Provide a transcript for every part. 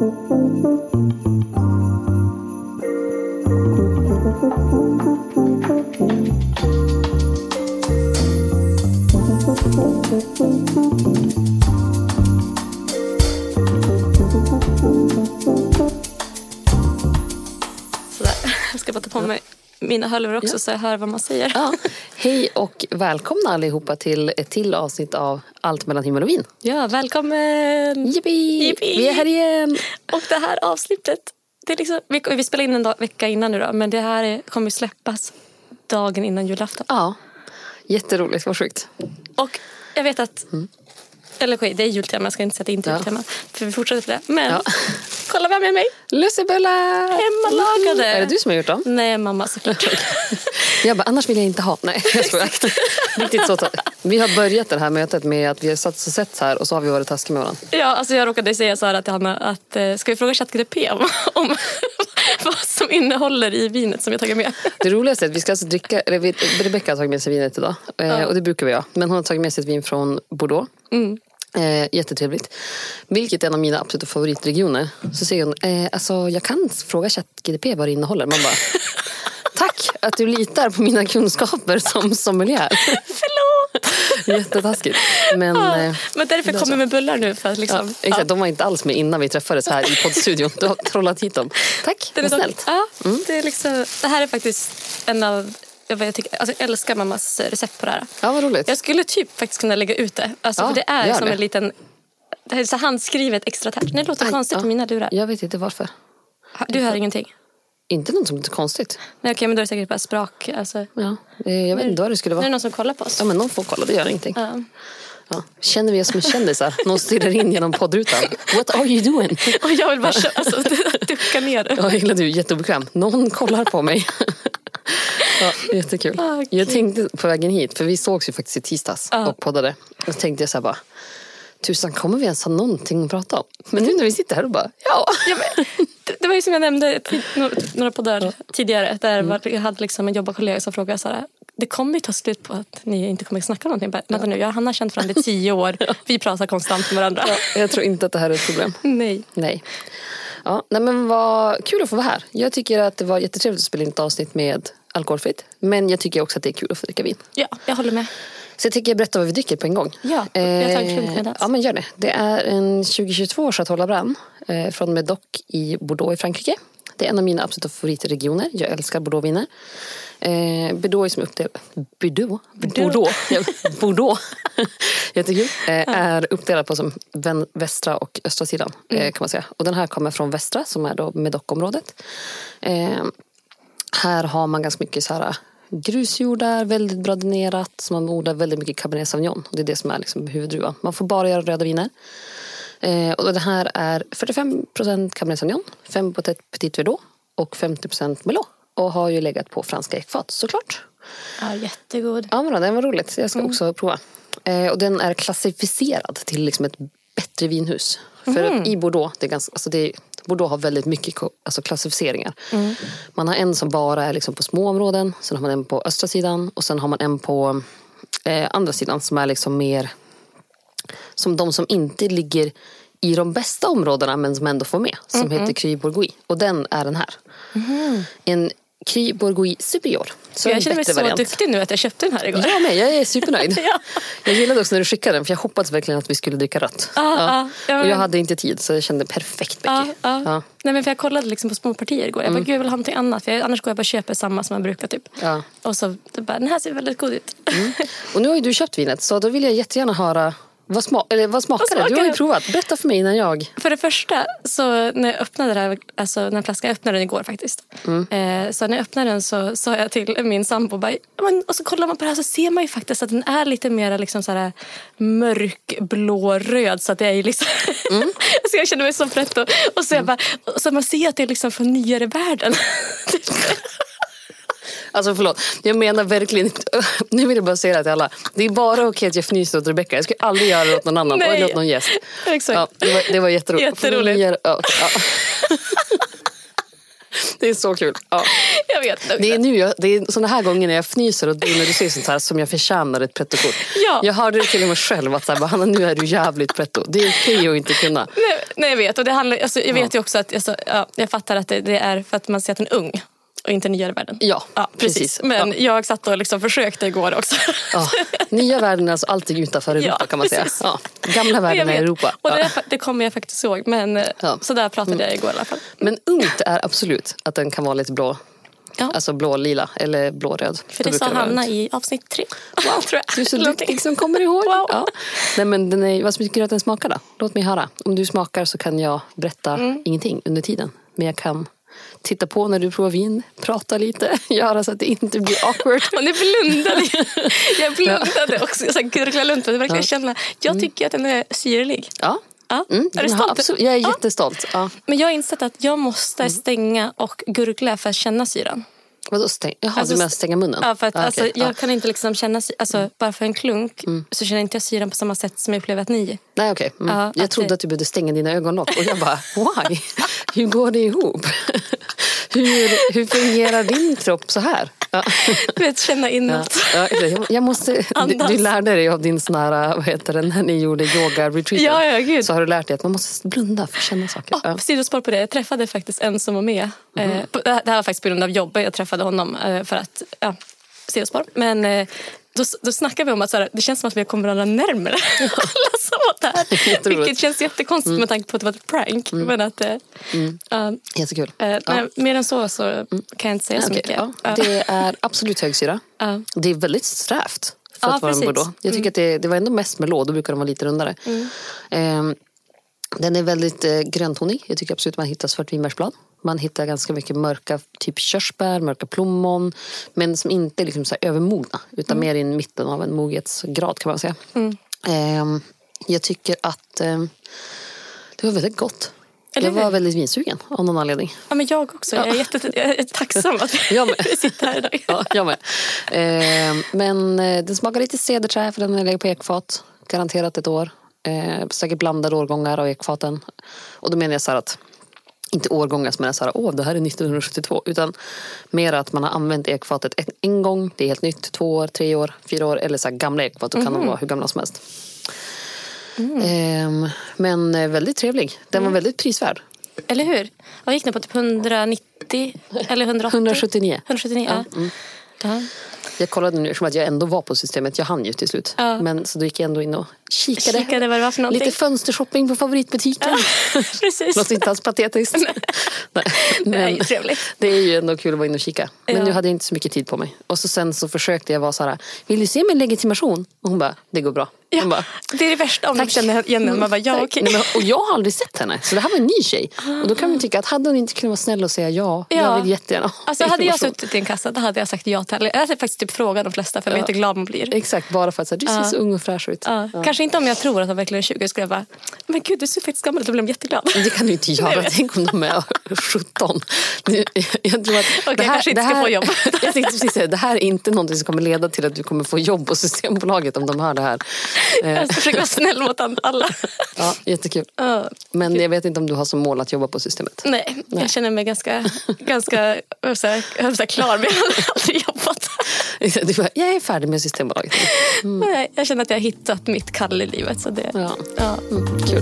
Jag ska bara ta på mig mina hörlurar också så jag hör vad man säger. Ja. Hej och välkomna allihopa till ett till avsnitt av Allt mellan himmel och vin. Ja, välkommen! Yippie! Vi är här igen! Och det här avsnittet, det är liksom, vi spelar in en vecka innan nu då, men det här kommer släppas dagen innan julafton. Ja, jätteroligt, vad sjukt. Och jag vet att, eller okej, det är jultema, jag ska inte säga att det inte är jultema, för vi fortsätter på det. Men kolla vem är med mig? Lussebullar! Hemmalagade! Är det du som har gjort dem? Nej, mamma såklart. Jag bara, annars vill jag inte ha. Nej, jag skojar. Riktigt så. Vi har börjat det här mötet med att vi har satt och sett så här och så har vi varit taskiga med varandra. Ja, alltså jag råkade säga så här till Hanna att ska vi fråga ChatGPT om vad som innehåller i vinet som jag tagit med. Det roligaste är att vi ska alltså dricka, eller Rebecca har tagit med sig vinet idag och det brukar vi ha. Men hon har tagit med sig ett vin från Bordeaux. Jättetrevligt. Vilket är en av mina absoluta favoritregioner. Så säger hon, alltså jag kan fråga ChatGPT vad det innehåller. Man bara, tack att du litar på mina kunskaper som sommelier. Förlåt! Jättetaskigt. Men därför kommer jag med bullar nu. För att liksom, exakt, de var inte alls med innan vi träffades här i poddstudion. Du har trollat hit dem. Tack, det är snällt. Ja, det är liksom, det här är faktiskt en av... Jag älskar mammas recept på det här. Ja, vad roligt. Jag skulle typ faktiskt kunna lägga ut det. Alltså, för det är som en liten... Det är så handskrivet extra tärt. Det låter konstigt på mina lurar. Jag vet inte varför. Du hör ingenting? Inte något som är konstigt. Nej, okej, men då är det säkert bara sprak. Alltså. Ja, jag vet inte vad det skulle vara. Är det någon som kollar på oss? Ja, men någon får kolla, det gör ingenting. Ja. Känner vi oss som kändisar? Någon stirrar in genom poddrutan. What are you doing? Och jag vill bara ducka ner. Ja, du är jättebekväm. Någon kollar på mig. Ja, jättekul. Okay. Jag tänkte på vägen hit, för vi sågs ju faktiskt i tisdags och poddade. Och tänkte jag så här bara, tusan, kommer vi ens ha någonting att prata om? Men nu när vi sitter här och bara, men, det var ju som jag nämnde några poddar tidigare, där jag hade liksom en jobbarkollega som frågade så här, det kommer ju ta slut på att ni inte kommer att snacka någonting. Vänta nu, Hanna har känt från det 10 år. Vi pratar konstant med varandra. Ja, jag tror inte att det här är ett problem. Nej. Ja, nej, men vad kul att få vara här. Jag tycker att det var jättetrevligt att spela in ett avsnitt med alkoholfritt. Men jag tycker också att det är kul att få dricka vin. Ja, jag håller med. Så jag tycker jag berättar vad vi dricker på en gång. Ja, jag tar klunk med det. Ja, men gör det. Det är en 2022 Chateau Labrane från Médoc i Bordeaux i Frankrike. Det är en av mina absoluta favoritregioner. Jag älskar Bordeauxviner. Bordeaux är som uppdelat... Bordeaux. Jättekul. Är uppdelat på som västra och östra sidan kan man säga. Och den här kommer från västra som är då Médoc-området. Här har man ganska mycket så här grusjordar, väldigt bra dränerat. Så man odlar väldigt mycket Cabernet Sauvignon. Det är det som är liksom huvuddruvan. Man får bara göra röda viner. Och det här är 45% Cabernet Sauvignon, 5% Petit Verdot och 50% Merlot. Och har ju legat på franska ekfat, såklart. Ja, jättegod. Ja, men den var roligt. Jag ska också prova. Och den är klassificerad till liksom ett bättre vinhus. För att i Bordeaux, Bordeaux har väldigt mycket klassificeringar. Man har en som bara är liksom på små områden. Sen har man en på östra sidan. Och sen har man en på andra sidan som är liksom mer... Som de som inte ligger i de bästa områdena men som ändå får med. Som heter Cru Bourgogne. Och den är den här. En Cru Bourgogne Superior. Så jag känner mig så duktig nu att jag köpte den här igår. Ja, men jag är supernöjd. Ja. Jag gillade också när du skickade den, för jag hoppades verkligen att vi skulle dricka rött. Och jag hade inte tid, så jag kände perfekt mycket. Nej, men för jag kollade liksom på små partier igår. Jag bara, gud, jag vill ha någonting annat. För annars går jag bara och köper samma som man brukar typ. Och så bara, den här ser väldigt god ut. Och nu har ju du köpt vinet, så då vill jag jättegärna höra... Vad smakar det? Du har ju provat. Berätta för mig innan jag... För det första, så när jag öppnade det här, alltså den flaskan, jag öppnade den igår faktiskt. Så när jag öppnade den så sa jag till min sambo bara, och så kollar man på det här så ser man ju faktiskt att den är lite mer liksom så här mörkblå-röd, så att det är liksom... så jag känner mig så frätt och så jag bara, så man ser att det är liksom från nyare världen. Alltså förlåt, jag menar verkligen inte. Nu vill jag bara säga det till alla. Det är bara okej att jag fnyser åt Rebecca. Jag skulle aldrig göra det åt någon annan. Eller åt någon gäst. Exakt. Ja, det var jätteroligt. Det är så kul. Ja. Jag vet. Det är såna här gånger när jag fnyser och när du säger sånt här som jag förtjänar ett pretto-kort. Ja. Jag hörde det till och med själv att så här, Hanna, nu är du jävligt pretto. Det är okej att inte kunna. Nej, jag vet. Och det handlar, alltså, jag vet ju också att jag fattar att det är för att man ser att den är ung. Och inte nya världen. Ja, precis. Men jag satt och liksom försökte igår också. Ja. Nya världen är alltså alltid utanför Europa kan man säga. Ja. Gamla världen är Europa. Och det kommer jag faktiskt ihåg. Men så där pratade jag igår i alla fall. Men ungt är absolut att den kan vara lite blå. Ja. Alltså blå-lila eller blå-röd. För det sa Hanna i avsnitt 3. Wow, tror jag. Du är så duktig som kommer ihåg. Wow. Ja. Nej, men vad tycker du att den smakar då? Låt mig höra. Om du smakar så kan jag berätta ingenting under tiden. Men jag kan titta på när du provar vin, prata lite, göra så att det inte blir awkward. Och nu blundade jag blundade också. Jag gurglade runt och verkligen känna. Jag tycker att den är syrlig. Ja. Är du stolt? Absolut. Jag är jättestolt. Ja. Men jag har insett att jag måste stänga och gurgla för att känna syran. Vadå Jaha, du menar stänga munnen? Ja, för att jag kan inte liksom känna bara för en klunk så känner inte jag syran på samma sätt som jag upplever att ni. Nej, okej. Jag trodde att du behövde stänga dina ögonlock och jag bara, why? Hur går det ihop? hur fungerar din kropp så här? Ja. Du vet, känna inåt. Ja, jag måste, du lärde dig av din sån här, vad heter det, när ni gjorde yoga-retreat. Ja, gud. Så har du lärt dig att man måste blunda för att känna saker. Sidospår på det. Jag träffade faktiskt en som var med. Det här var faktiskt på grund av jobbet. Jag träffade honom för att, sidospår. Men då snackar vi om att det känns som att vi kommer varandra närmare. Alla som var där. Vilket känns jättekonstigt med tanke på att det var ett prank. Men att, jättekul. Men mer än så kan jag inte säga så mycket. Ja. Det är absolut högsyra. Det är väldigt strävt för att vara en Bordeaux. Jag tycker att det var ändå mest melod. Då brukar de vara lite rundare. Den är väldigt gröntonig. Jag tycker absolut att man hittar svartvinbärsblad. Man hittar ganska mycket mörka typ körsbär, mörka plommon. Men som inte är liksom så här övermogna. Utan mer i mitten av en moghetsgrad kan man säga. Jag tycker att det var väldigt gott. Jag var väldigt vinsugen av någon anledning. Ja, men jag också. Jag är tacksam att vi sitter här idag. Ja, jag med. Men den smakar lite cederträ för den lägger på ekfat. Garanterat ett år. Säkert blandade årgångar av ekfaten. Och då menar jag så här att inte årgångar som är så här, det här är 1972, utan mer att man har använt ekfatet en gång, det är helt nytt, 2 år, 3 år, 4 år, eller så här gamla ekfat, då kan de vara hur gamla som helst. Men väldigt trevlig. Den var väldigt prisvärd. Eller hur? Vad gick den på? Typ 190 eller 180? 179. 179, ja. Jag kollade nu, som att jag ändå var på systemet. Jag hann ju till slut. Men så då gick jag ändå in och kikade vad det var för någonting. Lite fönstershopping på favoritbutiken. Precis. Låter inte alls patetiskt. Nej, trevligt. Det är ju ändå kul att vara inne och kika. Men nu hade jag inte så mycket tid på mig. Och sen så försökte jag vara så här, vill du se min legitimation? Och hon bara, det går bra. Ja, bara, det är det värsta om man känner igen henne. Man bara, okej. Nej, och jag har aldrig sett henne. Så det här var en ny tjej. Och då kan man tycka att hade hon inte kunnat vara snäll och säga jag vill jättegärna. Alltså hade jag suttit i en kassa, då hade jag sagt ja till. Jag hade faktiskt typ frågat de flesta för jag vet hur glad man blir. Exakt, bara för att säga, du ser så ung och fräsch ut. Kanske inte om jag tror att de verkligen är 20 skulle jag bara, men gud du ser faktiskt gammal ut, då blir de jätteglad. Det kan du inte göra, tänk om de är 17. Jag tror att det här, kanske inte ska få jobb. Jag tänkte precis säga, det här är inte någonting som kommer leda till att du kommer få jobb på Systembolaget om de hör det här. Jag försöker vara snäll mot alla. Ja, jättekul. Men jag vet inte om du har som mål att jobba på Systemet. Nej. Jag känner mig ganska klar med att jag aldrig jobbat. Jag är färdig med Systembolaget. Nej, jag känner att jag har hittat mitt kall i livet. Så det, kul.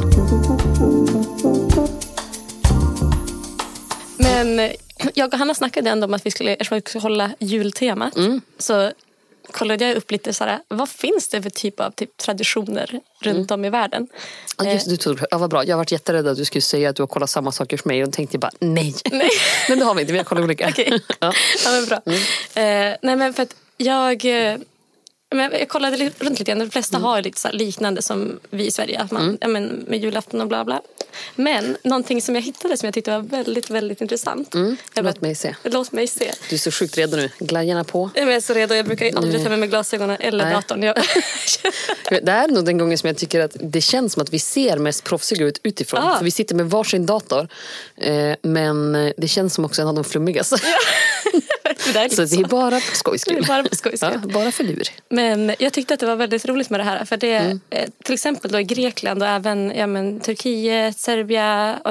Men jag och Hanna snackade ändå om att vi skulle hålla jultemat. Så kollade jag upp lite såhär, vad finns det för typ av traditioner runt om i världen? Ja, just du tog, vad bra. Jag har varit jätterädd att du skulle säga att du har kollat samma saker som mig och tänkte bara nej. Men det har vi inte, vi har kollat olika. Okej. Ja, men bra. Nej, men för att jag kollade runt lite grann. De flesta har lite så liknande som vi i Sverige. Att man, med julafton och bla bla. Men någonting som jag hittade som jag tyckte var väldigt, väldigt intressant. Låt mig se. Låt mig se. Du är så sjukt redo nu. Glad gärna på. Jag är så redo. Jag brukar ju aldrig ta med mig glasögonen eller datorn. Det är nog den gången som jag tycker att det känns som att vi ser mest proffsiga ut utifrån. För vi sitter med varsin dator. Men det känns som också en av de flummigaste. Så det är bara på skojskull. Bara för lur. Men jag tyckte att det var väldigt roligt med det här. För det till exempel då i Grekland och även Turkiet, Serbien och nu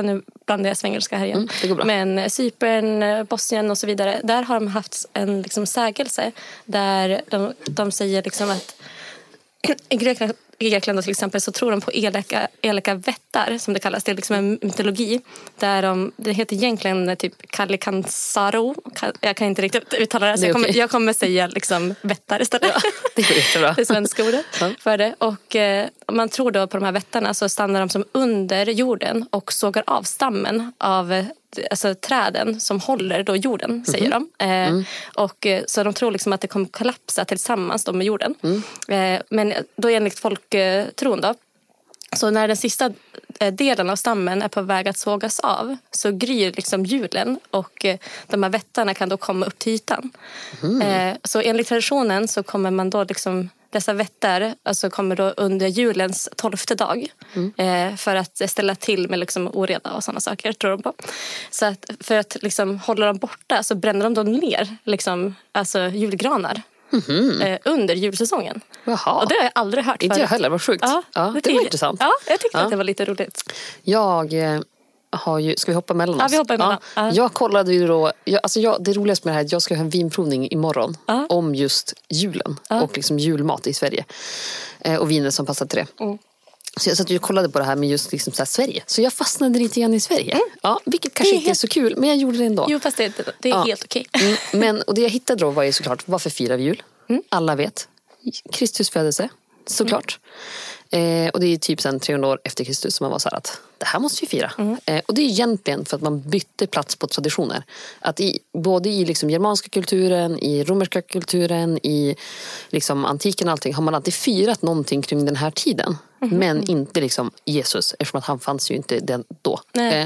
blandar jag svengelska här igen. det går bra. Men Cypern, Bosnien och så vidare, där har de haft en liksom sägelse där de säger liksom att i Grekland till exempel så tror de på elaka vättar som det kallas. Det är liksom en mytologi där det heter egentligen typ Kalikansaro. Jag kan inte riktigt uttala det, så jag kommer säga liksom vättar istället. Ja, det går jättebra. Det är svenska ordet för det. Och om man tror då på de här vättarna så stannar de som under jorden och sågar av stammen av alltså träden som håller då jorden, säger de. Och så de tror liksom att det kommer kollapsa tillsammans då med jorden. Men då enligt folktron då, så när den sista delen av stammen är på väg att sågas av så gryr liksom julen och de här vättarna kan då komma upp till ytan. Så enligt traditionen så kommer man då liksom, dessa vättar alltså kommer då under julens 12:e dag för att ställa till med liksom oreda och sådana saker, tror de på. Så att för att liksom hålla dem borta så bränner de då ner liksom, alltså julgranar under julsäsongen. Jaha. Och det har jag aldrig hört förut. Inte jag heller, vad sjukt. Ja, det var intressant. Ja, jag tyckte att det var lite roligt. Jag har ju, ska vi hoppa mellan oss? Ja, vi hoppar emellan. Jag kollade ju då, det roligaste med det här är att jag ska ha en vinprovning imorgon om just julen och liksom julmat i Sverige. Och viner som passar till det. Så jag satt och kollade på det här med just liksom så här Sverige. Så jag fastnade lite grann i Sverige. Ja, vilket kanske inte är så kul, men jag gjorde det ändå. Jo, fast det är helt okej. Och det jag hittade då var ju såklart, varför firar vi jul? Alla vet. Kristus födelse, såklart. Och det är typ sen 300 år efter Kristus som man var så här att det här måste vi fira. Och det är egentligen för att man bytte plats på traditioner. Att både i liksom germanska kulturen, i romerska kulturen, i liksom antiken och allting har man alltid firat någonting kring den här tiden. Men inte liksom Jesus, eftersom att han fanns ju inte den då.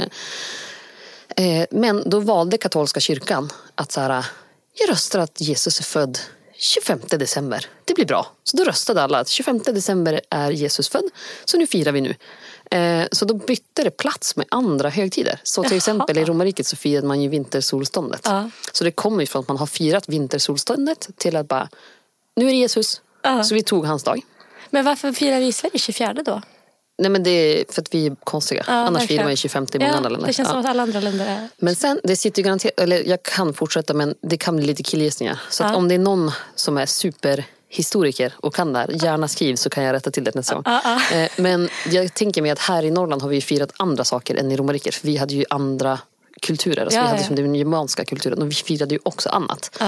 Men då valde katolska kyrkan att så här, jag röstar att Jesus är född 25 december. Det blir bra. Så då röstade alla att 25 december är Jesus född. Så nu firar vi nu. Så då bytte det plats med andra högtider. Så till exempel i romarriket så firade man ju vintersolståndet. Så det kommer ju från att man har firat vintersolståndet till att bara, nu är det Jesus. Så vi tog hans dag. Men varför firar vi i Sverige 24 då? Nej, men det är för att vi är konstiga. Annars firar man ju 25 i många andra länder. Det känns som att alla andra länder är... Men sen, det sitter ju garanterat, eller jag kan fortsätta, men det kan bli lite killgissningar. Så att om det är någon som är superhistoriker och kan där, gärna skriv så kan jag rätta till det nästa gång. Men jag tänker mig att här i Norrland har vi firat andra saker än i romarriket. För vi hade ju andra kulturer. Alltså vi hade som den germanska kulturen och vi firade ju också annat.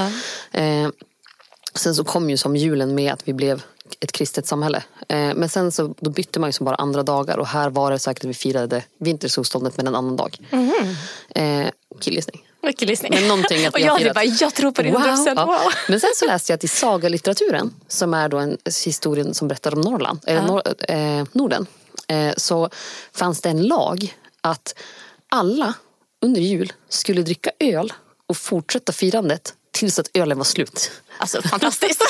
Sen så kom ju som julen med att vi blev ett kristet samhälle. Men sen så då bytte man ju som bara andra dagar. Och här var det säkert att vi firade vintersolståndet med en annan dag. Killgissning. Men någonting att och jag tror på det 100%. Wow. Men sen så läste jag att i sagalitteraturen, som är då en historien som berättar om Norrland, eller Norden, så fanns det en lag att alla under jul skulle dricka öl och fortsätta firandet tills att ölen var slut. Alltså fantastiskt.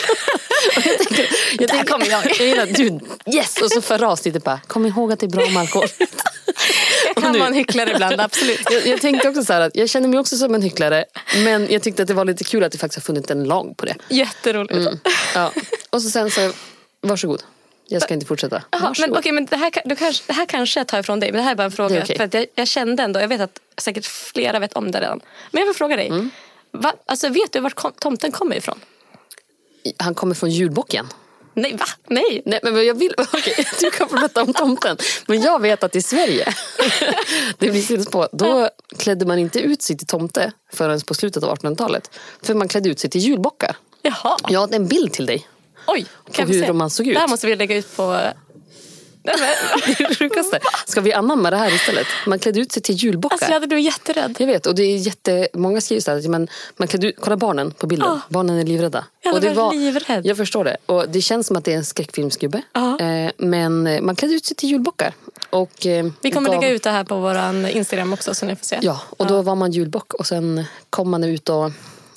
jag tänker, kommer jag. Yes! Och så förra avsnittet bara, kom ihåg att det är bra med alkohol. Jag kan vara en hycklare ibland, absolut. Jag tänkte också så här att jag känner mig också som en hycklare, men jag tyckte att det var lite kul att det faktiskt har funnit en lag på det. Jätteroligt. Ja. Och så sen så, varsågod. Jag ska inte fortsätta. Men okej, men det här kanske jag tar ifrån dig, men det här är bara en fråga. Okay. För att jag kände ändå, jag vet att säkert flera vet om det redan. Men jag vill fråga dig, alltså, vet du vart tomten kommer ifrån? Han kommer från julbocken. Nej, va? Nej, men jag vill... Okej, du kan få berätta om tomten. Men jag vet att i Sverige, det blir sides på, då klädde man inte ut sig till tomte förrän på slutet av 1800-talet. För man klädde ut sig till julbockar. Jaha. Jag har en bild till dig. Oj, på hur man såg ut. Det här måste vi lägga ut på... Det är det sjukaste. Ska vi anamma det här istället? Man klädde ut sig till julbockar. Alltså jag hade blivit jätterädd. Jag vet, och det är jättemånga skriver så här, men man klädde ut, kolla barnen på bilden. Barnen är livrädda. Jag var livrädd. Jag förstår det. Och det känns som att det är en skräckfilmsgubbe. Men man klädde ut sig till julbockar. Och, vi kommer lägga ut det här på våran Instagram också så ni får se. Ja, och då var man julbock och sen kom man ut och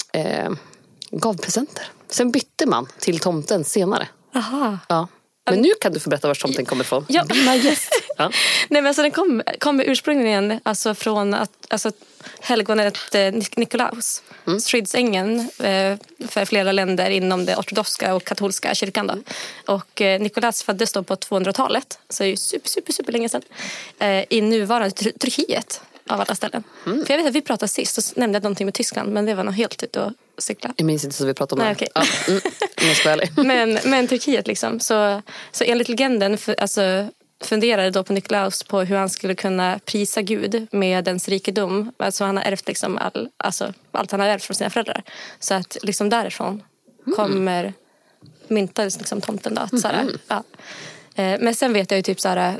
gav presenter. Sen bytte man till tomten senare. Aha. Ja. Men nu kan du få berätta var tomten kommer ifrån. Ja. Yes. Ja. Nej, men alltså den kommer ursprungligen alltså från helgonet Nikolaus. Stridsängeln för flera länder inom det ortodoxa och katolska kyrkan. Då. Och Nikolaus föddes då på 200-talet. Så det är ju super länge sedan. I nuvarande Turkiet. av alla ställen. För jag vet att vi pratade sist och nämnde någonting med Tyskland, men det var nog helt ute och cykla. Jag minns inte så vi pratade om Nej, det. okej. Jag ska vara ärlig. Men Turkiet liksom, så enligt legenden funderade då på Nikolaus på hur han skulle kunna prisa Gud med ens rikedom. Alltså han har ärvt liksom allt han har ärvt från sina föräldrar. Så att liksom därifrån kommer myntades liksom tomten då. Ja. Men sen vet jag ju typ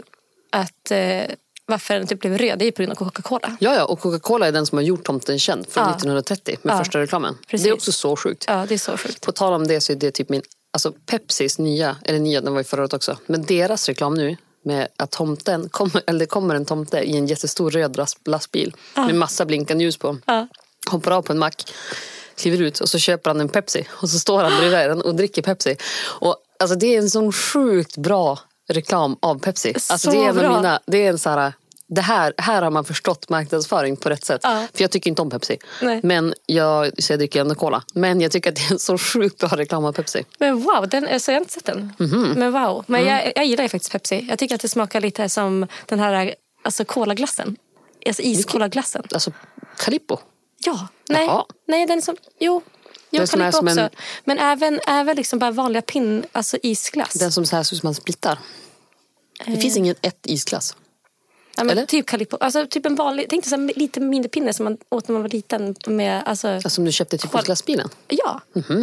att varför den typ blev röd, det är på grund av Coca-Cola. Ja, och Coca-Cola är den som har gjort tomten känd från 1930 med första reklamen. Precis. Det är också så sjukt. Ja, det är så sjukt. På tal om det så är det typ Pepsis nya, den var ju förra året också, men deras reklam nu med att tomten det kommer en tomte i en jättestor röd lastbil med massa blinkande ljus på. Hoppar av på en mack, kliver ut och så köper han en Pepsi och så står han bredvid den och dricker Pepsi. Och alltså det är en sån sjukt bra reklam av Pepsi. Alltså det är det är en så här, det här har man förstått marknadsföring på rätt sätt. För jag tycker inte om Pepsi. Nej. Men jag dricker ändå cola. Men jag tycker att det är en så sjukt bra reklam av Pepsi. Men wow, jag har inte sett den. Men wow, men jag gillar ju faktiskt Pepsi. Jag tycker att det smakar lite som den här kolaglassen. Alltså iskolaglassen. Alltså Calippo. Ja, nej den är som jag kan också. Men även liksom bara vanliga isglass. Den som så här som man splittar. Det finns ingen ett isglass. Ja, men typ Calippo. Alltså typ en vanlig, tänkte så här, lite mindre pinne som man åt när man var liten med som du köpte typ hos glassbilen. Ja.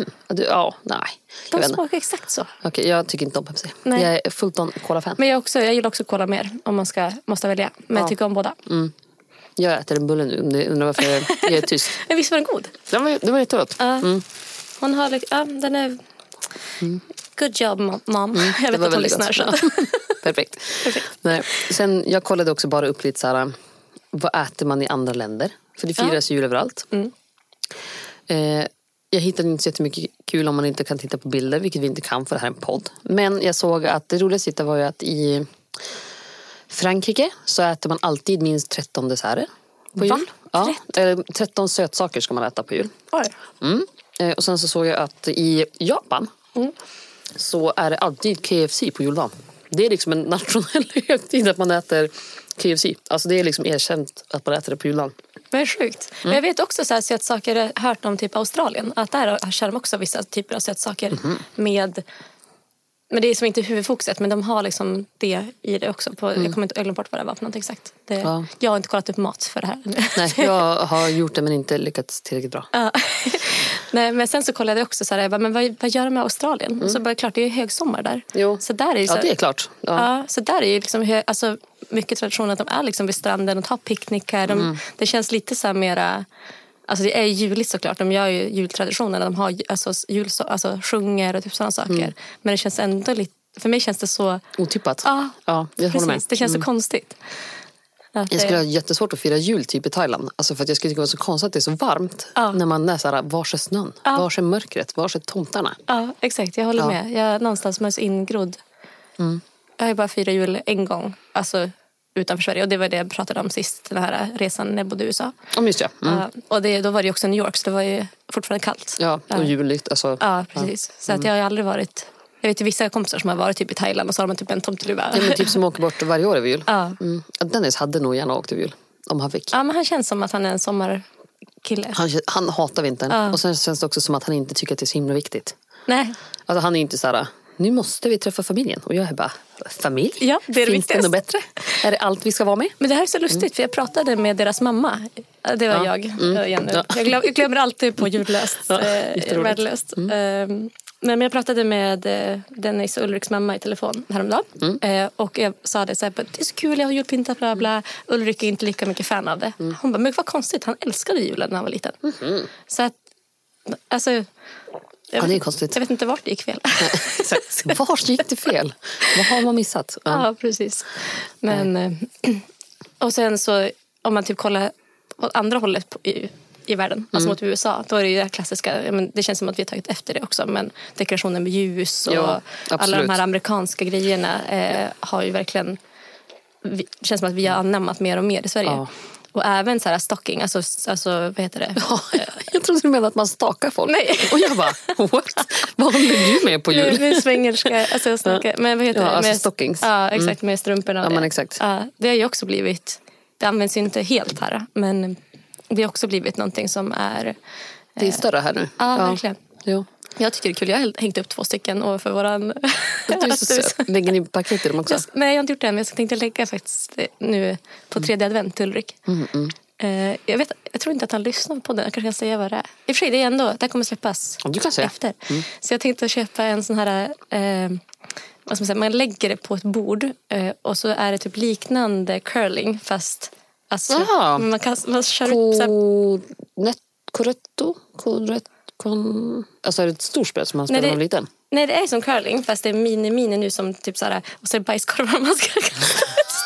Nej. De smakar exakt så. Okej, jag tycker inte om Pepsi. Nej. Jag är fullt on cola-fan. Men jag gillar också cola mer om man måste välja. Men jag tycker om båda. Jag äter en bulle nu, undrar varför jag är tyst. Men visst var den god? Det var jättegott. Hon har, den är... Good job, mom. Jag vet att hon lyssnar så. Perfekt. Nej. Sen, jag kollade också bara upp lite så här, vad äter man i andra länder? För det firas jul överallt. Jag hittade inte så jättemycket kul om man inte kan titta på bilder, vilket vi inte kan för det här är en podd. Men jag såg att det roligaste var ju att i Frankrike så äter man alltid minst 13 desserter på jul. Va? Ja, 13 sötsaker ska man äta på jul. Och sen så såg jag att i Japan så är det alltid KFC på juldagen. Det är liksom en nationell högtid att man äter KFC. Alltså det är liksom erkänt att man äter det på juldagen. Men sjukt. Men jag vet också så här sötsaker, jag har hört om typ Australien. Att där kör de också vissa typer av sötsaker med... Men det är som inte huvudfokuset, men de har liksom det i det också. Jag kommer inte glömma bort vad det var för något exakt. Jag har inte kollat upp mat för det här. Nej, jag har gjort det men inte lyckats tillräckligt bra. Nej, men sen så kollade jag också så här, jag bara, men vad gör de med Australien? Och så bara, klart, det är högsommar där. Jo. Så där är det, så, det är klart. Så där är ju liksom mycket tradition att de är liksom vid stranden och tar picknickar. Det känns lite så här mera... Alltså det är juligt såklart. De gör ju jultraditioner. De har sjunger och typ sådana saker. Men det känns ändå lite... För mig känns det så... Otippat. Ja, jag håller med. Det känns så konstigt. Jag skulle ha jättesvårt att fira jul typ i Thailand. Alltså för att jag skulle tycka det var så konstigt att det är så varmt. När man är så här, vars är snön? Vars är mörkret? Vars är tomtarna? Ja, exakt. Jag håller med. Jag någonstans med så ingrodd. Jag har ju bara firat jul en gång. Alltså... utanför Sverige. Och det var det jag pratade om sist. Den här resan när jag bodde i USA. Just det. Och då var det också New York. Så det var ju fortfarande kallt. Ja, och juligt. Alltså. Ja, precis. Så att jag har ju aldrig varit... Jag vet ju vissa kompisar som har varit typ i Thailand. Och så har de typ en tomteluva. Ja, men typ som åker bort varje år över jul. Dennis hade nog gärna åkt över jul. Om han fick. Ja, men han känns som att han är en sommarkille. Han hatar vintern. Och sen känns det också som att han inte tycker att det är så himla viktigt. Nej. Alltså han är inte så här... Nu måste vi träffa familjen. Och jag är bara, familj? Ja, det är finns det något bättre? Är det allt vi ska vara med? Men det här är så lustigt, för jag pratade med deras mamma. Det var jag igen nu. Jag glömmer alltid på ljudlöst. Värdelöst. Men jag pratade med Dennis och Ulriks mamma i telefon häromdagen. Och jag sa det så här, det är så kul, jag har julpyntat, bla bla. Ulrik är inte lika mycket fan av det. Hon bara, men vad konstigt, han älskade julen när han var liten. Så att, alltså... det är konstigt. Jag vet inte vart det gick fel. Vart gick det fel? Vad har man missat? Ja, precis. Men, och sen så, om man typ kollar åt andra hållet i världen, alltså mot USA, då är det ju det klassiska, det känns som att vi har tagit efter det också, men dekorationen med ljus och alla de här amerikanska grejerna har ju verkligen, det känns som att vi har anammat mer och mer i Sverige. Och även så här stocking, alltså vad heter det? Jag trodde du menade att man stakar folk. Nej. Och jag bara, what? Vad håller du med på jul? Med svengelska, alltså jag snackar, men vad heter det? Alltså med stockings. Ja, exakt, med strumporna. Ja, men exakt. Det har ju också blivit det används ju inte helt här. Men det har också blivit någonting som är... Det är större här nu. Ja, verkligen. Jo. Jag tycker det är kul. Jag har hängt upp 2 stycken och för våran... Du är så söt. Lägger ni paket i dem också? Nej, jag har inte gjort det än. Men jag tänkte lägga faktiskt nu på 3:e advent till Ulrik. Jag tror inte att han lyssnar på den. Jag kanske kan säga vad det är. I och för sig, det är ändå... Det här kommer släppas Du kan säga. efter. Så jag tänkte köpa en sån här... vad ska man säga? Man lägger det på ett bord. Och så är det typ liknande curling. Fast... Alltså, man kör upp så här... Corretto? Alltså är det ett stort spel som man spelar någon liten? Nej, det är som curling. Fast det är mini nu som typ så här... Och så är det bajskorvar man ska kasta.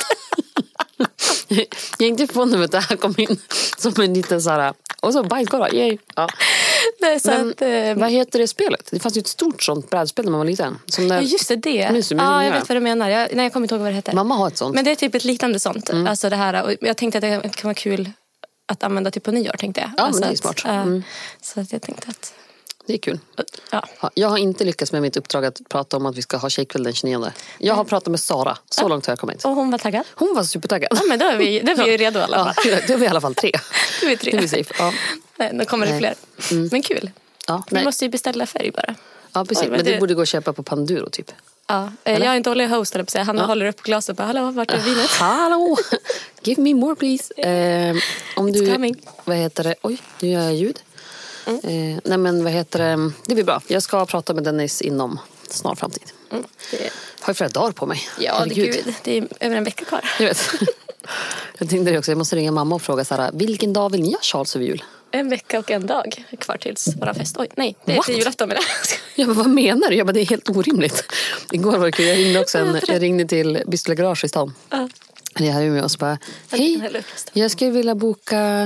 Jag är inte förvånad med att det här kom in som en liten så här... Och så bajskorvar, yay! Ja. Nej, så men att, vad heter det spelet? Det fanns ju ett stort sånt brädspel när man var liten. Som där... Ja, just det. Jag vet vad du menar. Jag kommer inte ihåg vad det heter. Mamma har ett sånt. Men det är typ ett liknande sånt. Alltså det här, och jag tänkte att det kan vara kul att använda typ på nyår, tänkte jag. Ja, alltså men det är smart. Så att jag tänkte att... Det är kul. Ja. Jag har inte lyckats med mitt uppdrag att prata om att vi ska ha tjejkväll den 29. Jag har pratat med Sara. Så långt har jag kommit. Och hon var taggad? Hon var supertaggad. Ja, men då är vi ju redo i alla fall. Ja, då är vi i alla fall 3. Då är vi 3. Det är safe. Ja. Nej, då kommer det fler. Men kul. Ja, vi måste ju beställa färg bara. Ja, precis. Men det borde gå att köpa på Panduro typ. Ja, jag är en dålig host, eller på sig. Han håller upp glaset och bara, hallå, vart är vinet? Hallå, give me more please. Om It's coming. Vad heter det? Oj, nu gör jag ljud. Nej men vad heter det? Det blir bra. Jag ska prata med Dennis inom snar framtid. Har ju flera dagar på mig. Ja, det är över en vecka kvar. Jag vet. Jag tänkte det också, jag måste ringa mamma och fråga så här, vilken dag vill ni ha Charles över jul? 1 vecka och 1 dag kvar tills våra fest. Oj, nej, det är julafton med det. Ja, men vad menar du? Det är helt orimligt. Igår var det kul, jag ringde också jag ringde till Bistro Garage i stan. Det här är med oss bara, hej, jag skulle vilja boka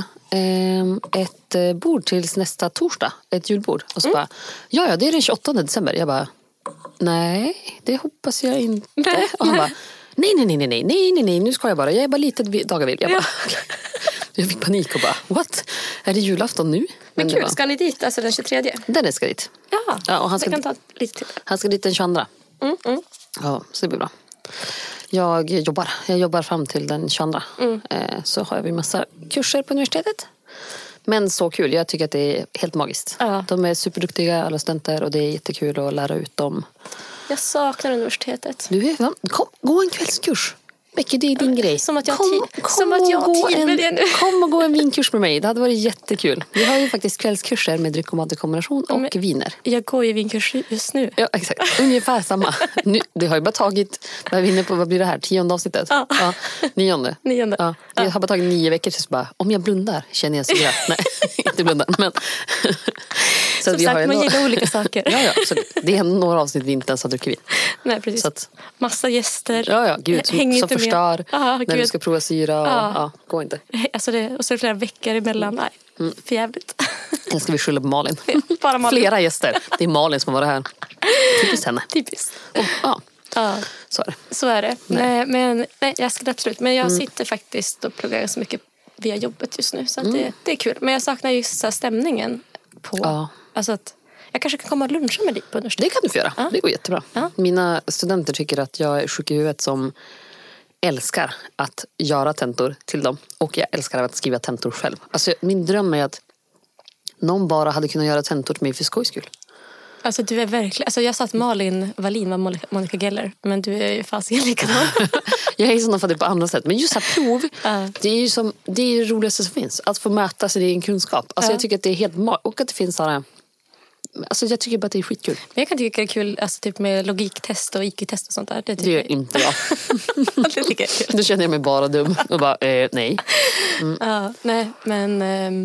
ett bord tills nästa torsdag, ett julbord. Och så bara, ja, det är den 28 december. Jag bara, nej, det hoppas jag inte. Och han bara, nej, nu ska jag är bara lite dagar vill. Jag bara, jag fick panik och bara, what? Är det julafton nu? Men kul, ska ni dit, alltså den 23? Den ska dit. Ja, och han ska, kan ta lite till. Han ska dit den 22. Ja, så det blir bra. Jag jobbar fram till den 22. Så har vi massa kurser på universitetet. Men så kul, jag tycker att det är helt magiskt. Ja. De är superduktiga, alla studenter, och det är jättekul att lära ut dem. Jag saknar universitetet. Kom, gå en kvällskurs. Becky, det är din grej. Som att jag har tid med det nu. Kom och gå en vinkurs med mig. Det hade varit jättekul. Vi har ju faktiskt kvällskurser med dryck och mat i kombination och viner. Jag går ju vinkurs just nu. Ja, exakt. Ungefär samma. Nu, det har ju bara tagit, när vi är inne på, vad blir det här? 10:e avsnittet? Ja. 9:e. Ja. Det har bara tagit 9 veckor så bara, om jag blundar känner jag så grät. Nej, inte blundar. Men så som sagt, man gillar olika saker. Ja, så det är några avsnitt vi inte ens har druckit vin. Nej, precis. Så att, massa gäster. Ja, gud, som förstör. När du ska prova syra. Gå inte. Alltså och så är det flera veckor emellan. Nej, för jävligt. Sen ska vi skylla på Malin. Bara Malin. Flera gäster. Det är Malin som har varit här. Typiskt henne. Typiskt. Så är det. Nej, jag ska absolut. Men jag sitter faktiskt och pluggar ganska mycket via jobbet just nu. Så att det är kul. Men jag saknar just så stämningen på... Alltså att jag kanske kan komma och luncha med dig på universitetet. Det kan du få göra. Det går jättebra. Mina studenter tycker att jag är sjuk i huvudet som älskar att göra tentor till dem. Och jag älskar att skriva tentor själv. Alltså min dröm är att någon bara hade kunnat göra tentor till mig för skojs skull. Alltså du är verkligen... Alltså jag sa att Malin Wallin var Monica Geller. Men du är ju fasiken likadan. Jag är i sådana fall på andra sätt. Men just här prov, det är ju det är det roligaste som finns. Att få möta sin egen kunskap. Alltså jag tycker att det är helt och att det finns sådana... Alltså jag tycker bara att det är skitkul. Men jag kan tycka det är kul alltså typ med logiktest och IQ-test och sånt där. Det gör inte jag. Det tycker jag är kul. Då känner jag mig bara dum. Och bara, nej. Nej, men...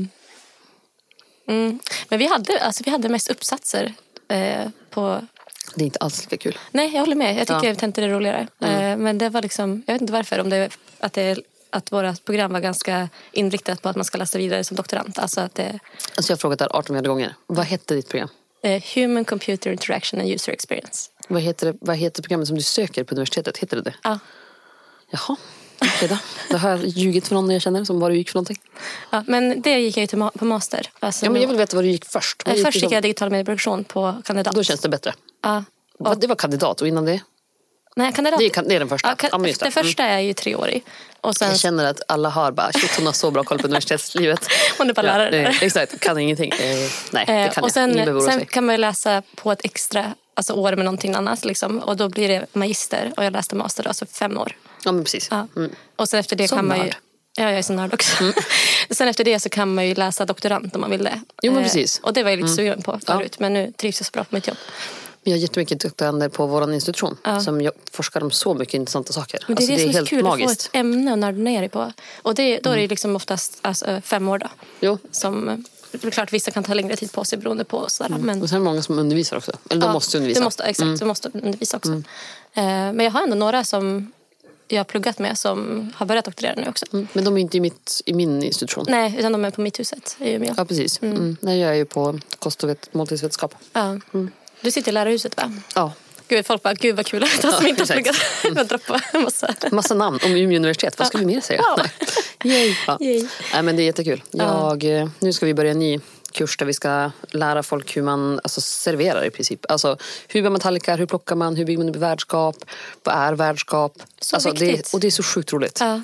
Men vi hade mest uppsatser på... Det är inte alls lika kul. Nej, jag håller med. Jag tycker tentor är roligare. Men det var liksom... Jag vet inte varför. Om det att våra program var ganska inriktat på att man ska läsa vidare som doktorand. Alltså jag har frågat där 18 miljarder gånger. Vad hette ditt program? Human Computer Interaction and User Experience. Vad heter programmet som du söker på universitetet? Heter det? Ja. Jaha. Okay då har jag ljugit för någon jag känner som var du gick för någonting. Ja, men det gick jag ju på master. Alltså, men jag vill veta vad du gick först. Först gick jag digital medieproduktion på kandidat. Då känns det bättre. Ja. Det var kandidat och innan det? Nej, kandidat. Det är den första. Det första är ju 3-årig. Och sen... Jag känner att alla har bara, shit, hon har så bra koll på universitetslivet. Hon är bara lärare. Exakt, kan ingenting. Nej, det kan och jag. Sen kan man ju läsa på ett extra år med någonting annat. Liksom, och då blir det magister. Och jag läste master, alltså 5 år. Ja, men precis. Ja. Och sen efter det så kan man ju... nörd. Ja, jag är så nörd också. Sen efter det så kan man ju läsa doktorand om man vill det. Jo, men precis. Och det var jag lite sugen på förut. Men nu trivs jag så bra på mitt jobb. Vi har jättemycket doktorander på vår institution som forskar om så mycket intressanta saker. Men det är det som är helt kul magiskt. att få ett ämne att nörda ner dig på. Och då är det liksom oftast 5 år då. Jo. Som, det är klart vissa kan ta längre tid på sig beroende på sådär. Men... Och sen är det många som undervisar också. Eller de måste undervisa. Exakt, de måste undervisa också. Men jag har ändå några som jag har pluggat med som har börjat doktorera nu också. Men de är inte i min institution. Nej, utan de är på Mitthuset. Ja, precis. Nej, jag är ju på kost- och måltidsvetenskap. Ja. Du sitter i lärarhuset, va? Ja. Gud, folk bara, gud vad kul att de inte har pluggat. Jag droppar massa namn om Umeå universitet. Vad ska vi mer säga? Wow. Yay. Ja. Yay. Nej, men det är jättekul. Nu ska vi börja en ny kurs där vi ska lära folk hur man serverar i princip. Alltså, hur man tallrikar, hur plockar man, hur bygger man upp värdskap, vad är värdskap. Så viktigt. Och det är så sjukt roligt. Ja.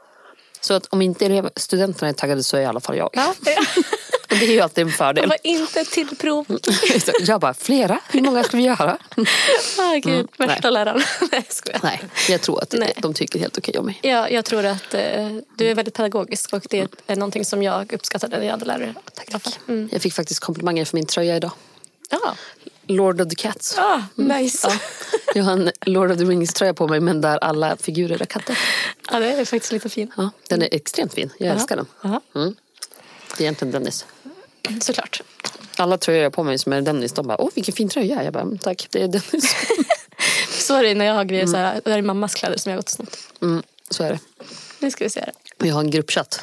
Så att om inte studenterna är taggade så är i alla fall jag. Ja. Och det är ju alltid en fördel. Det var inte till prov. Jag bara, flera? Hur många ska vi göra? Gud, värsta läraren. Nej, skojar. Nej, jag tror att de tycker helt okej om mig. Ja, jag tror att du är väldigt pedagogisk och det är någonting som jag uppskattade när jag hade lärare. Tack. Jag fick faktiskt komplimanger för min tröja idag. Ja. Lord of the Cats. Nice. Ja. Jag har en Lord of the Rings tröja på mig, men där alla figurer är katter. Ja, det är faktiskt lite fin. Ja, den är extremt fin. Jag älskar den. Det är egentligen Dennis. Såklart. Alla tröjor jag på mig som är Dennis, de bara, vilken fin tröja. Jag bara, tack, det är Dennis. Så är det när jag har grejer såhär, det är mammas kläder som jag har gått snott. Så är det. Nu ska vi se det. Vi har en gruppchatt.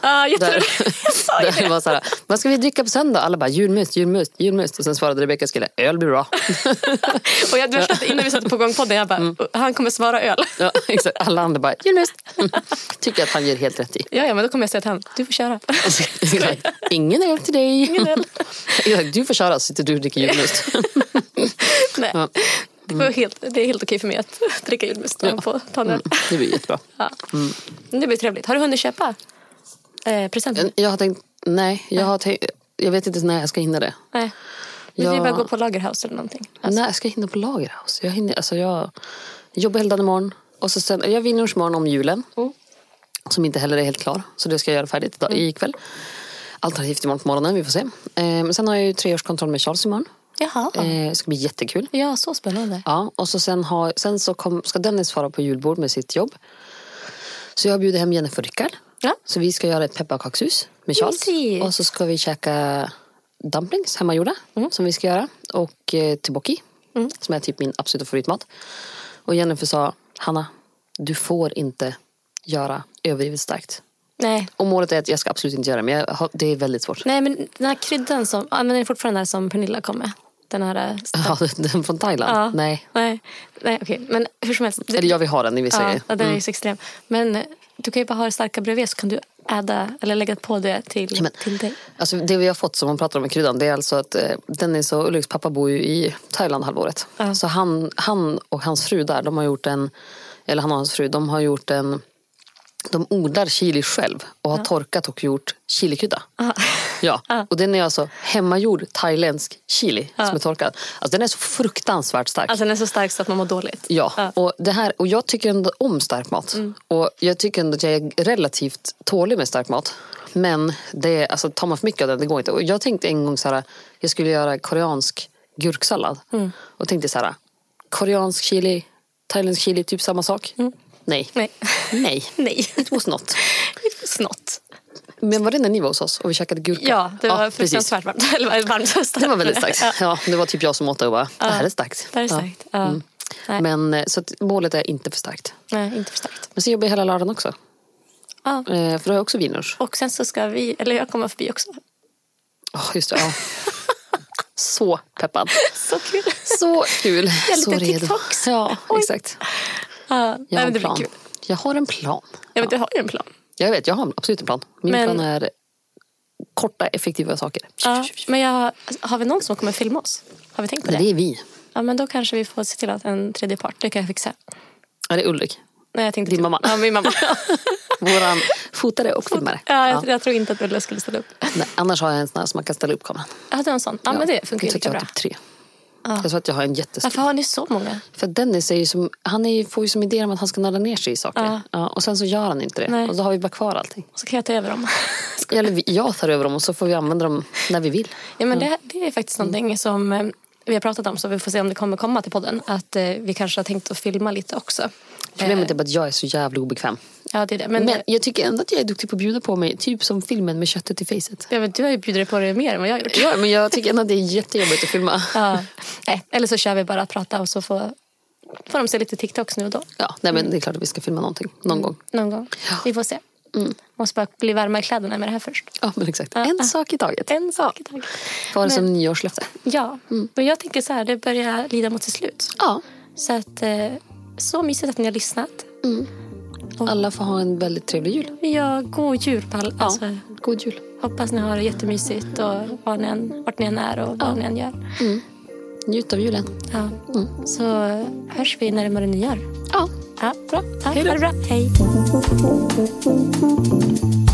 Där det var så här, vad ska vi dricka på söndag? Alla bara, julmust. Och sen svarade Rebecka Skille, öl blir bra. Och jag förstod innan vi satte på gång podden, jag bara, han kommer svara öl. Ja, exakt. Alla andra bara, julmust. Tycker att han ger helt rätt i. Ja, men då kommer jag säga till han, du får köra. Ingen öl till dig. Ingen öl. Du får köra, så sitter du och dricker julmust. Nej. Ja. Det är helt okej för mig att dricka julmust på tanden. Det blir jättebra. Ja. Det blir trevligt. Har du hunnit köpa presenten? Jag har tänkt, jag vet inte när jag ska hinna det. Nej. Du vill bara gå på Lagerhaus eller någonting. Nej, jag ska hinna på Lagerhaus. Jag jobbar hela dagen imorgon. Och så sen, jag vinner imorgon om julen. Som inte heller är helt klar. Så det ska jag göra färdigt ikväll. Alternativt imorgon på morgonen, vi får se. Men sen har jag ju 3-årskontroll med Charles imorgon. Jaha. Det ska bli jättekul. Ja, så spännande. Ja, och så sen ska Dennis fara på julbord med sitt jobb. Så jag bjuder hem Jennifer och Rickard. Ja. Så vi ska göra ett pepparkakshus med Charles. Och så ska vi käka dumplings hemmagjorda som vi ska göra. Och tteokbokki som är typ min absoluta favoritmat. Och Jennifer sa, Hanna, du får inte göra överdrivet starkt. Nej. Och målet är att jag ska absolut inte göra det, men det är väldigt svårt. Nej, men den här kryddan som använder ni fortfarande där som Pernilla kom med? Den här... den från Thailand? Ja. Nej, okej. Men hur som helst. Eller jag vill ha den, det vill säga. Ja, den är ju så extrem. Men du kan ju bara ha det starka bredvid, så kan du lägga på det till dig. Alltså det vi har fått som man pratar om i kryddan, det är alltså att Dennis och Ulriks pappa bor ju i Thailand halvåret. Så han och hans fru där, de har gjort de odlar chili själv och har torkat och gjort chilikrydda. Ja, och den är alltså hemmagjord thailändsk chili som är torkad. Alltså den är så fruktansvärt stark. Alltså den är så stark så att man mår dåligt. Ja. Och jag tycker ändå om stark mat. Och jag tycker ändå att jag är relativt tålig med stark mat. Men tar man för mycket av den, det går inte. Och jag tänkte en gång så här, jag skulle göra koreansk gurksallad. Och tänkte så här, koreansk chili, thailändsk chili, typ samma sak. Nej. It was not. Men var det när ni var hos oss och vi käkade gurka? Ja, det var fruktansvärt varmt. Eller varmt. Det var väldigt starkt. Ja, det var typ jag som åt det och bara, det här är starkt. Det här är starkt. Men så att målet är inte för starkt. Nej, inte för starkt. Men så jobbar jag hela lördagen också. Ja. För då har jag också viners. Och sen så ska jag kommer förbi också. Just det, ja. Så peppad. Så kul. Så kul. Så redo. TikToks. Ja, exakt. Jag har en plan. Jag har en plan. Jag vet, du har ju en plan. Jag vet, jag har absolut en plan. Min plan är korta, effektiva saker. Ja, men har vi någon som kommer filma oss? Har vi tänkt på det? Det är vi. Ja, men då kanske vi får se till att en tredje part, det kan jag fixa. Är det Ulrik? Nej, jag tänkte Din mamma? Ja, min mamma. Våran fotare och filmare. Ja, jag tror inte att Ulla skulle ställa upp. Nej, annars har jag en sån här som man kan ställa upp kameran. Ja, det är en sån. Ja, men det funkar ju lika jag bra. har typ 3. Jag tror att jag har en jättestor. Varför har ni så många? För Dennis är ju som, får ju som idé om att han ska nörda ner sig i saker. Ja, och sen så gör han inte det. Nej. Och då har vi bara kvar allting. Så kan jag ta över dem. Eller jag tar över dem och så får vi använda dem när vi vill. Ja, men det är faktiskt någonting som vi har pratat om, så vi får se om det kommer komma till podden. Att vi kanske har tänkt att filma lite också. Problemet är bara att jag är så jävla obekväm. Ja, det är det. Men jag tycker ändå att jag är duktig på att bjuda på mig. Typ som filmen med köttet i facet. Ja, men du har ju bjudit på det mer än vad jag har gjort. Ja, men jag tycker ändå att det är jättejobbigt att filma. Ja. Nej, eller så kör vi bara att prata och så får de se lite TikToks nu och då. Ja, nej, men det är klart att vi ska filma någonting. Någon gång. Någon gång. Ja. Vi får se. Måste bara bli varma i kläderna med det här först. Ja, men exakt. En sak i taget. En sak i taget. Var det som nyårslöfte? Ja, men jag tänker så här, det börjar lida mot sitt slut. Ja. Så att, så mysigt att ni har lyssnat. Alla får ha en väldigt trevlig jul. Ja, god jul på alla. Ja, Alltså, god jul. hoppas ni har det jättemysigt och vart ni än är och vad ni än gör. Njut av julen. Ja. Så hörs vi närmare nyår. Ja. Ja, bra. Tack. Hej då. Ha det bra. Hej.